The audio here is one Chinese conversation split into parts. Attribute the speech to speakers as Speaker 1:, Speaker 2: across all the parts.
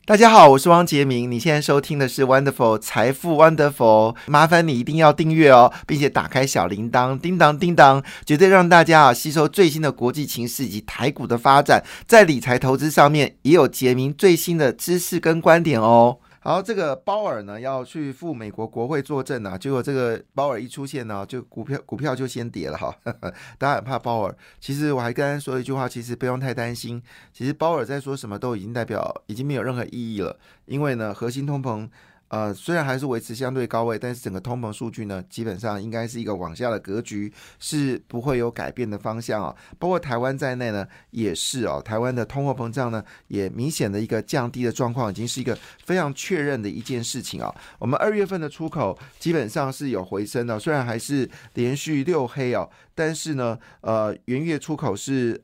Speaker 1: 大家好，我是汪杰明，你现在收听的是 Wonderful 财富 Wonderful， 麻烦你一定要订阅哦，并且打开小铃铛，叮当叮当，绝对让大家吸收最新的国际情势以及台股的发展，在理财投资上面也有杰明最新的知识跟观点哦。好，这个鲍尔呢要去赴美国国会作证啊，结果这个鲍尔一出现呢，就股票就先跌了哈，大家很怕鲍尔。其实我还跟他说一句话，其实不用太担心，其实鲍尔在说什么都已经代表已经没有任何意义了，因为呢，核心通膨。虽然还是维持相对高位，但是整个通膨数据呢，基本上应该是一个往下的格局，是不会有改变的方向哦。包括台湾在内呢，也是哦，台湾的通货膨胀呢，也明显的一个降低的状况，已经是一个非常确认的一件事情哦。我们2月份的出口基本上是有回升的，虽然还是连续6黑哦，但是呢，元月出口是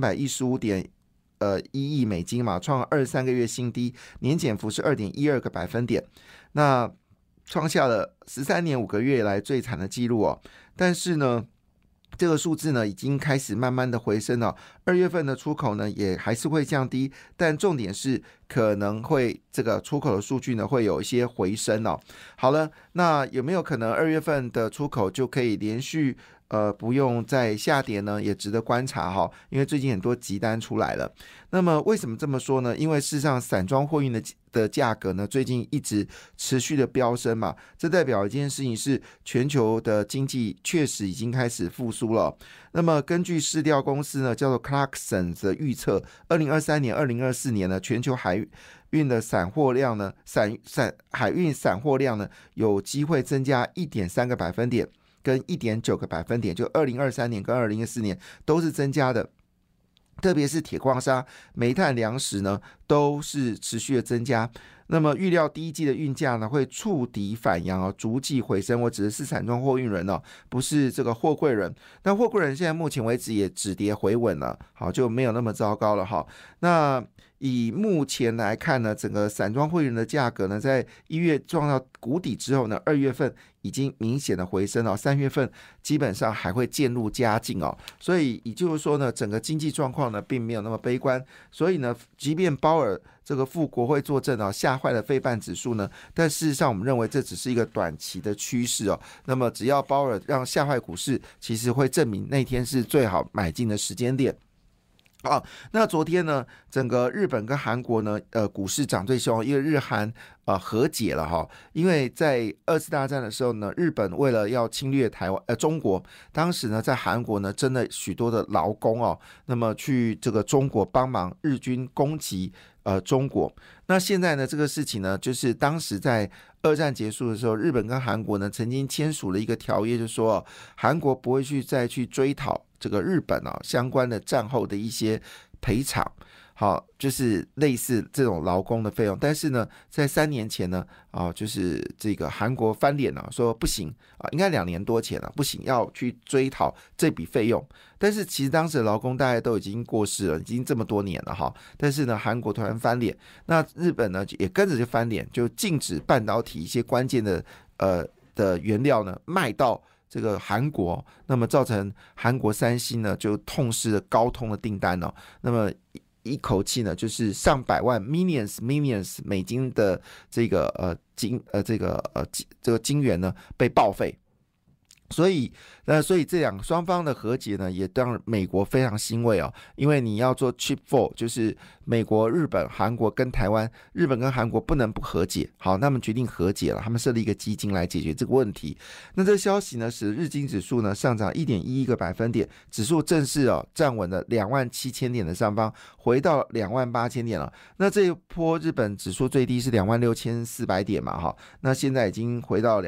Speaker 1: 315.1亿美金嘛，创了23个月新低，年减幅是2.12个百分点，那创下了13年5个月以来最惨的记录哦。但是呢，这个数字呢已经开始慢慢的回升了，2月份的出口呢也还是会降低，但重点是可能会这个出口的数据呢会有一些回升哦。好了，那有没有可能2月份的出口就可以连续不用再下跌呢，也值得观察哈，因为最近很多急单出来了。那么为什么这么说呢？因为事实上散装货运的价格呢，最近一直持续的飙升嘛，这代表一件事情是全球的经济确实已经开始复苏了。那么根据市调公司呢，叫做 Clarkson 的预测，2023年、2024年呢，全球海运的散货量呢，海运散货量呢，有机会增加1.3个百分点。跟1.9个百分点，就2023年跟2024年都是增加的，特别是铁矿砂、煤炭、粮食呢都是持续的增加。那么预料第一季的运价呢会触底反扬哦，逐季回升。我指的是散装货运人哦，不是这个货柜人。那货柜人现在目前为止也止跌回稳了，好，就没有那么糟糕了哈。那以目前来看呢，整个散装货运的价格呢，在1月撞到谷底之后呢，2月份已经明显的回升了，3月份基本上还会渐入佳境哦。所以也就是说呢，整个经济状况呢并没有那么悲观。所以呢，即便鲍尔这个赴国会作证哦，吓坏了费半指数呢，但事实上我们认为这只是一个短期的趋势哦。那么只要鲍尔让吓坏股市，其实会证明那天是最好买进的时间点。好，那昨天呢，整个日本跟韩国呢，股市涨最凶，因为日韩和解了哈。因为在2次大战的时候呢，日本为了要侵略台湾中国，当时呢在韩国呢征了许多的劳工哦，那么去这个中国帮忙日军攻击中国。那现在呢这个事情呢，就是当时在2战结束的时候，日本跟韩国呢曾经签署了一个条约，就说韩国不会再去追讨这个日本相关的战后的一些赔偿，好，就是类似这种劳工的费用。但是呢，在3年前呢，就是这个韩国翻脸了，说不行应该2年多前了，不行，要去追讨这笔费用。但是其实当时的劳工大概都已经过世了，已经这么多年了哈。但是呢，韩国突然翻脸，那日本呢也跟着就翻脸，就禁止半导体一些关键的原料呢卖到这个韩国，那么造成韩国三星呢就痛失了高通的订单哦，那么一口气呢就是上百万 millions 美金的这个这个晶圆呢被报废。所以这双方的和解呢，也让美国非常欣慰哦，因为你要做 Chip 4，就是美国、日本、韩国跟台湾，日本跟韩国不能不和解，好，那么决定和解了，他们设立一个基金来解决这个问题。那这个消息呢，使日经指数呢上涨1.11个百分点，指数正式站稳了27000点的上方，回到28000点了。那这一波日本指数最低是26400点嘛，哈，那现在已经回到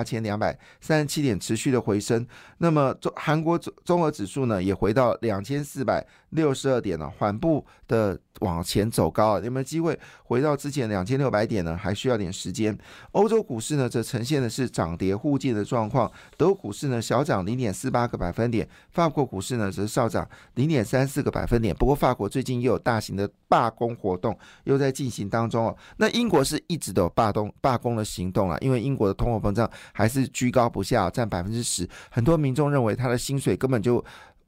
Speaker 1: 28237点，持续的回升。那么韩国综合指数呢也回到2462点了，缓步的往前走高，有没有机会回到之前2600点呢？还需要点时间。欧洲股市呢则呈现的是涨跌互见的状况，德国股市呢小涨0.48个百分点，法国股市呢则上涨0.34个百分点。不过法国最近又有大型的罢工活动又在进行当中哦。那英国是一直都有罢工的行动啦，因为英国的通货膨胀还是居高不下，占10%。很多民众认为他的薪水根本就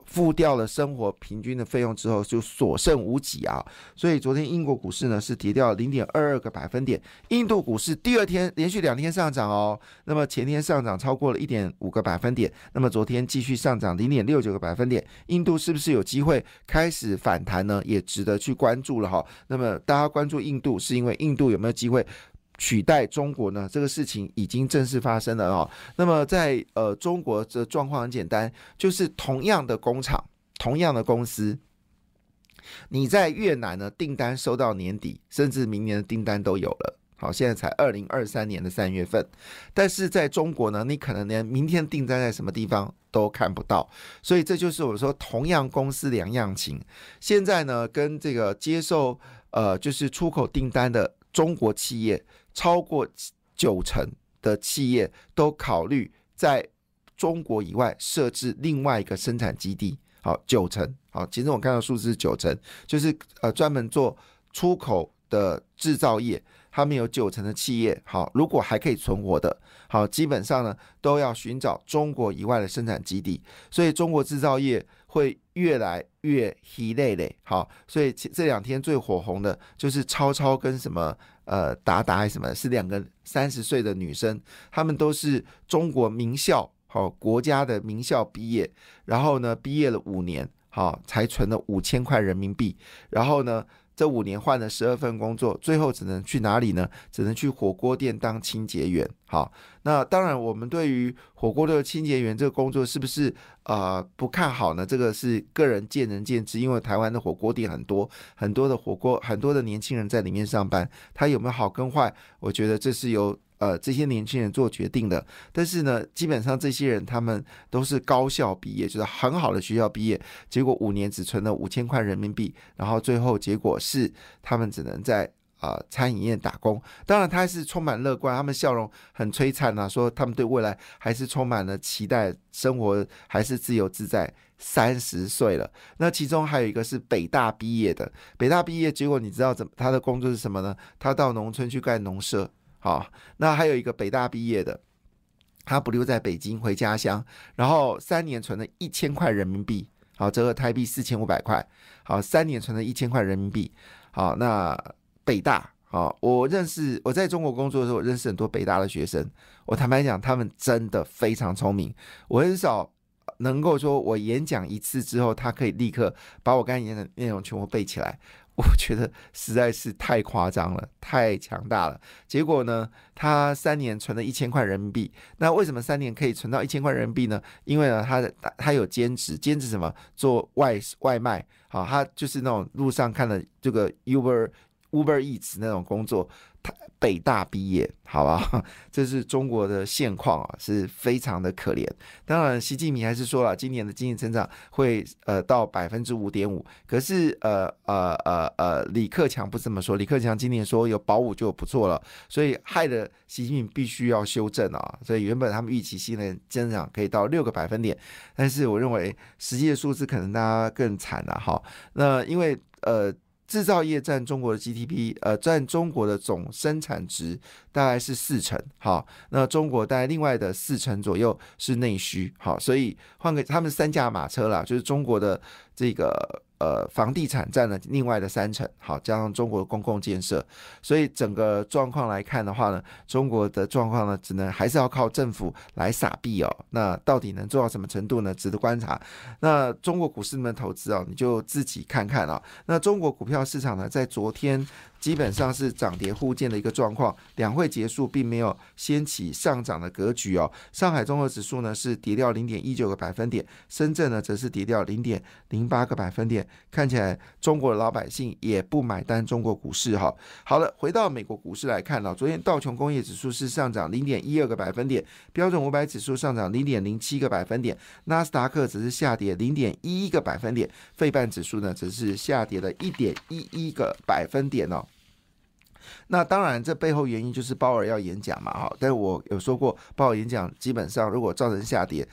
Speaker 1: 付掉了生活平均的费用之后就所剩无几啊，所以昨天英国股市呢是跌掉 0.22 个百分点，印度股市第二天连续2天上涨哦，那么前天上涨超过了 1.5 个百分点，那么昨天继续上涨 0.69 个百分点，印度是不是有机会开始反弹呢？也值得去关注了哈。那么大家关注印度是因为印度有没有机会取代中国呢？这个事情已经正式发生了哦。那么在中国的状况很简单，就是同样的工厂、同样的公司，你在越南呢订单收到年底，甚至明年的订单都有了。好，现在才2023年的3月份，但是在中国呢，你可能连明天订单在什么地方都看不到，所以这就是我说同样公司两样情。现在呢，跟这个接受就是出口订单的中国企业，超过90%的企业都考虑在中国以外设置另外一个生产基地。好，90%。好，其实我看到数字是90%，就是专门做出口的制造业，他们有90%的企业，好，如果还可以存活的，好，基本上呢都要寻找中国以外的生产基地，所以中国制造业会越来越疲累嘞。好，所以这2天最火红的就是超超跟什么达达还是什么，是2个30岁的女生，她们都是中国名校，好，国家的名校毕业，然后呢毕业了5年，好，才存了5000块人民币，然后呢这5年换了12份工作，最后只能去哪里呢？只能去火锅店当清洁员。好，那当然我们对于火锅的清洁员这个工作是不是不看好呢？这个是个人见仁见智，因为台湾的火锅店很多的火锅，很多的年轻人在里面上班，他有没有好跟坏，我觉得这是由这些年轻人做决定的。但是呢，基本上这些人他们都是高校毕业，就是很好的学校毕业，结果5年只存了5000块人民币，然后最后结果是他们只能在餐饮业打工。当然他还是充满乐观，他们笑容很璀璨啊，说他们对未来还是充满了期待，生活还是自由自在。30岁了，那其中还有一个是北大毕业的，北大毕业结果你知道他的工作是什么呢？他到农村去盖农舍。好，那还有一个北大毕业的，他不留在北京回家乡，然后3年存了1000块人民币，好，折合台币4500块，好，3年存了1000块人民币，好，那北大，好，我在中国工作的时候，我认识很多北大的学生，我坦白讲，他们真的非常聪明，我很少能够说我演讲1次之后，他可以立刻把我刚才演的内容全部背起来。我觉得实在是太夸张了，太强大了。结果呢，他3年存了1000块人民币。那为什么3年可以存到1000块人民币呢？因为呢，他有兼职什么？做外卖。好，他就是那种路上看的这个 Uber Eats 那种工作。北大毕业，好吧，这是中国的现况啊，是非常的可怜。当然，习近平还是说了，今年的经济增长会到 5.5%， 可是李克强不这么说，李克强今年说有保5就不错了，所以害得习近平必须要修正啊。所以原本他们预期新的增长可以到6个百分点，但是我认为实际的数字可能大家更惨了哈。那因为制造业占中国的 GDP， 占中国的总生产值大概是40%，好，那中国大概另外的40%左右是内需，好，所以他们3驾马车啦，就是中国的这个房地产占了另外的30%，好，加上中国的公共建设，所以整个状况来看的话呢，中国的状况呢，只能还是要靠政府来撒币哦。那到底能做到什么程度呢？值得观察。那中国股市的投资你就自己看看啊。那中国股票市场呢，在昨天基本上是涨跌互见的一个状况，两会结束并没有掀起上涨的格局哦。上海综合指数呢是跌掉 0.19 个百分点，深圳呢则是跌掉 0.08 个百分点。看起来中国的老百姓也不买单中国股市哈。好了，回到美国股市来看昨天道琼工业指数是上涨 0.12 个百分点，标准500指数上涨 0.07 个百分点，纳斯达克只是下跌 0.11 个百分点，费半指数呢只是下跌了 1.11 个百分点哦。那当然这背后原因就是鲍尔要演讲嘛，但是我有说过鲍尔演讲基本上如果造成下跌，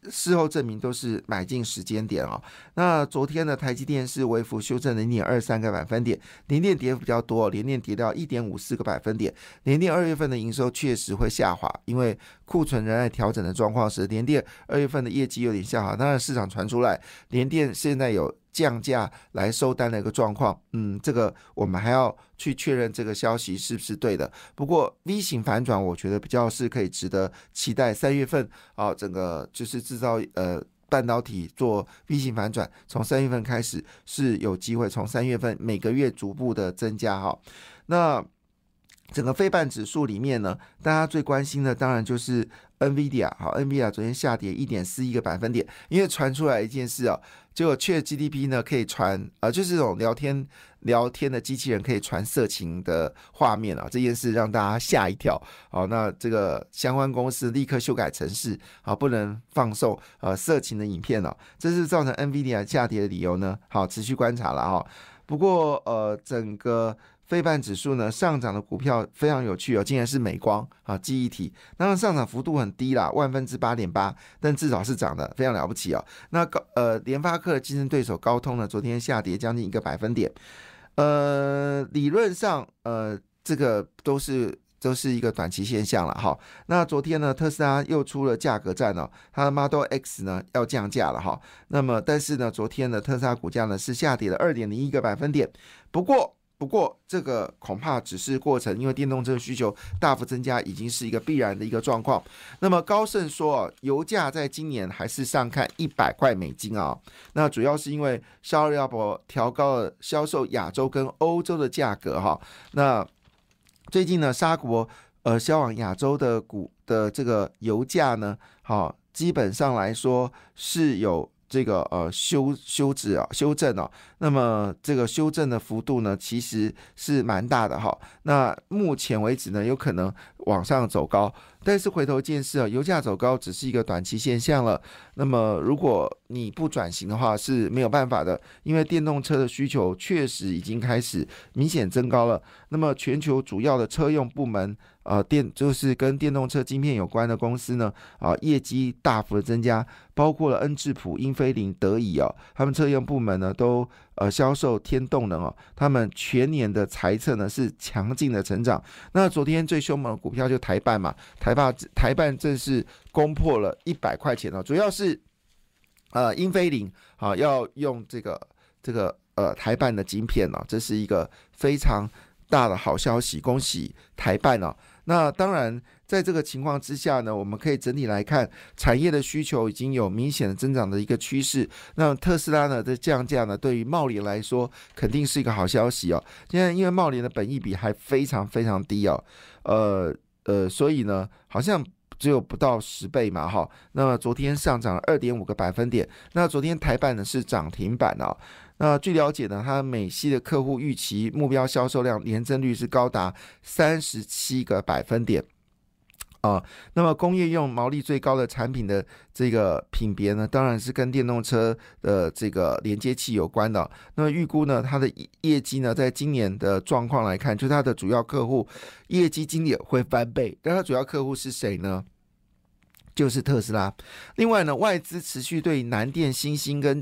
Speaker 1: 事后证明都是买进时间点哦。那昨天呢，台积电是微幅修正了0.23个百分点，联电跌幅比较多，联电跌到1.54个百分点。联电2月份的营收确实会下滑，因为库存仍然调整的状况使联电2月份的业绩有点下滑。当然市场传出来，联电现在有降价来收单的一个状况，这个我们还要去确认这个消息是不是对的。不过 V 型反转，我觉得比较是可以值得期待。3月份整个就是制造半导体做 V 型反转，从3月份开始是有机会，从3月份每个月逐步的增加哈。那整个非半指数里面呢，大家最关心的当然就是 NVIDIA。好 ，NVIDIA 昨天下跌1.41个百分点，因为传出来一件事结果ChatGPT 呢可以传就是这种聊天的机器人可以传色情的画面这件事让大家吓一跳。好，那这个相关公司立刻修改程式不能放送色情的影片这是造成 NVIDIA 下跌的理由呢。好，持续观察了不过整个非半指数呢上涨的股票非常有趣竟然是美光记忆体，当然上涨幅度很低啦，8.8%，但至少是涨的，非常了不起那联发科的竞争对手高通呢，昨天下跌将近1个百分点。理论上这个都是一个短期现象了那昨天呢，特斯拉又出了价格战它的 Model X 呢要降价了那么但是呢，昨天的特斯拉股价呢是下跌了2.01个百分点。不过这个恐怕只是过程，因为电动车需求大幅增加已经是一个必然的一个状况。那么高盛说油价在今年还是上看100块美金那主要是因为沙特阿拉伯调高了销售亚洲跟欧洲的价格那最近呢，沙国销往亚洲的这个油价呢基本上来说是有这个修正那么这个修正的幅度呢其实是蛮大的那目前为止呢有可能往上走高，但是回头见事油价走高只是一个短期现象了。那么如果你不转型的话是没有办法的，因为电动车的需求确实已经开始明显增高了。那么全球主要的车用部门就是跟电动车晶片有关的公司呢业绩大幅的增加，包括了恩智浦、英飞凌、德仪他们车用部门呢都销售天动能他们全年的财测呢是强劲的成长。那昨天最凶猛的股票就台半嘛，台半正式攻破了100块钱主要是英飞凌要用这个台半的晶片这是一个非常大的好消息，恭喜台半那当然在这个情况之下呢，我们可以整体来看产业的需求已经有明显的增长的一个趋势。那特斯拉呢的降价呢，对于茂联来说肯定是一个好消息现在因为茂联的本益比还非常非常低所以呢好像只有不到10倍嘛那么昨天上涨了2.5个百分点。那昨天台半呢是涨停板那据了解呢，它美系的客户预期目标销售量年增率是高达37个百分点那么工业用毛利最高的产品的这个品别呢，当然是跟电动车的这个连接器有关的那么预估呢，它的业绩呢，在今年的状况来看，就是它的主要客户业绩今年会翻倍。但它主要客户是谁呢？就是特斯拉。另外呢，外资持续对南电、欣兴跟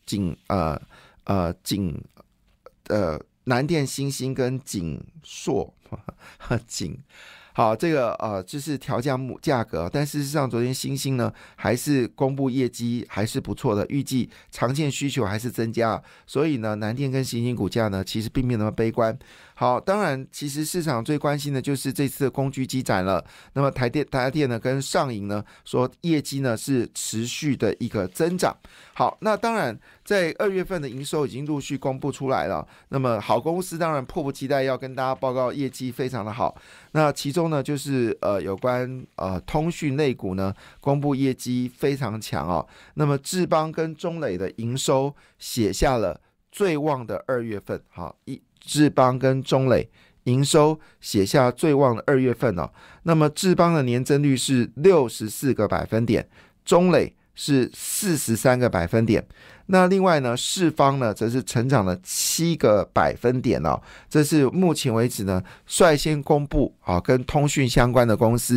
Speaker 1: 南电、欣兴跟景硕好，这个就是调降价格，但事实上昨天欣兴呢还是公布业绩还是不错的，预计长线需求还是增加，所以呢南电跟欣兴股价呢其实并没有那么悲观。好，当然其实市场最关心的就是这次的工具机展了。那么台积电呢跟上银呢说业绩呢是持续的一个增长。好，那当然在2月份的营收已经陆续公布出来了，那么好公司当然迫不及待要跟大家报告业绩非常的好。那其中呢就是有关通讯类股呢公布业绩非常强那么智邦跟中磊的营收写下了最旺的2月份智邦跟中磊营收写下最旺的2月份那么智邦的年增率是64个百分点，中磊是43个百分点。那另外呢，世芳呢则是成长了7个百分点这是目前为止呢率先公布跟通讯相关的公司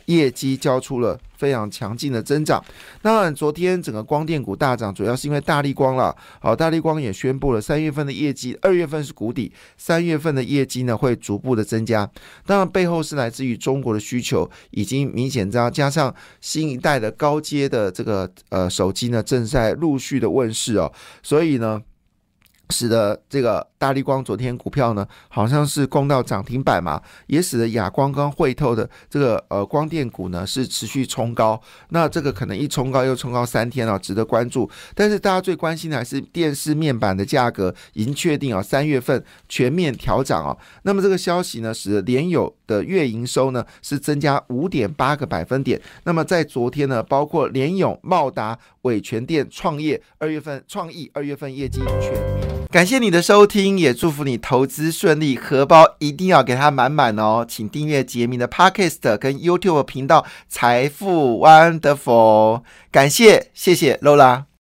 Speaker 1: 业绩交出了非常强劲的增长。当然昨天整个光电股大涨主要是因为大立光了，大立光也宣布了3月份的业绩，2月份是谷底，3月份的业绩呢会逐步的增加。当然背后是来自于中国的需求已经明显增加，加上新一代的高阶的这个手机呢正在陆续的问世所以呢使得这个大立光昨天股票呢好像是攻到涨停板嘛，也使得亚光跟惠透的这个光电股呢是持续冲高。那这个可能一冲高又冲高3天值得关注。但是大家最关心的还是电视面板的价格已经确定3月份全面调涨那么这个消息呢使得联友的月营收呢是增加 5.8 个百分点。那么在昨天呢，包括联咏、茂达、伟全电、创意2月份业绩全面。感谢你的收听，也祝福你投资顺利，荷包一定要给它满满请订阅杰明的 Podcast 跟 YouTube 频道财富 Wonderful。 谢谢 Lola。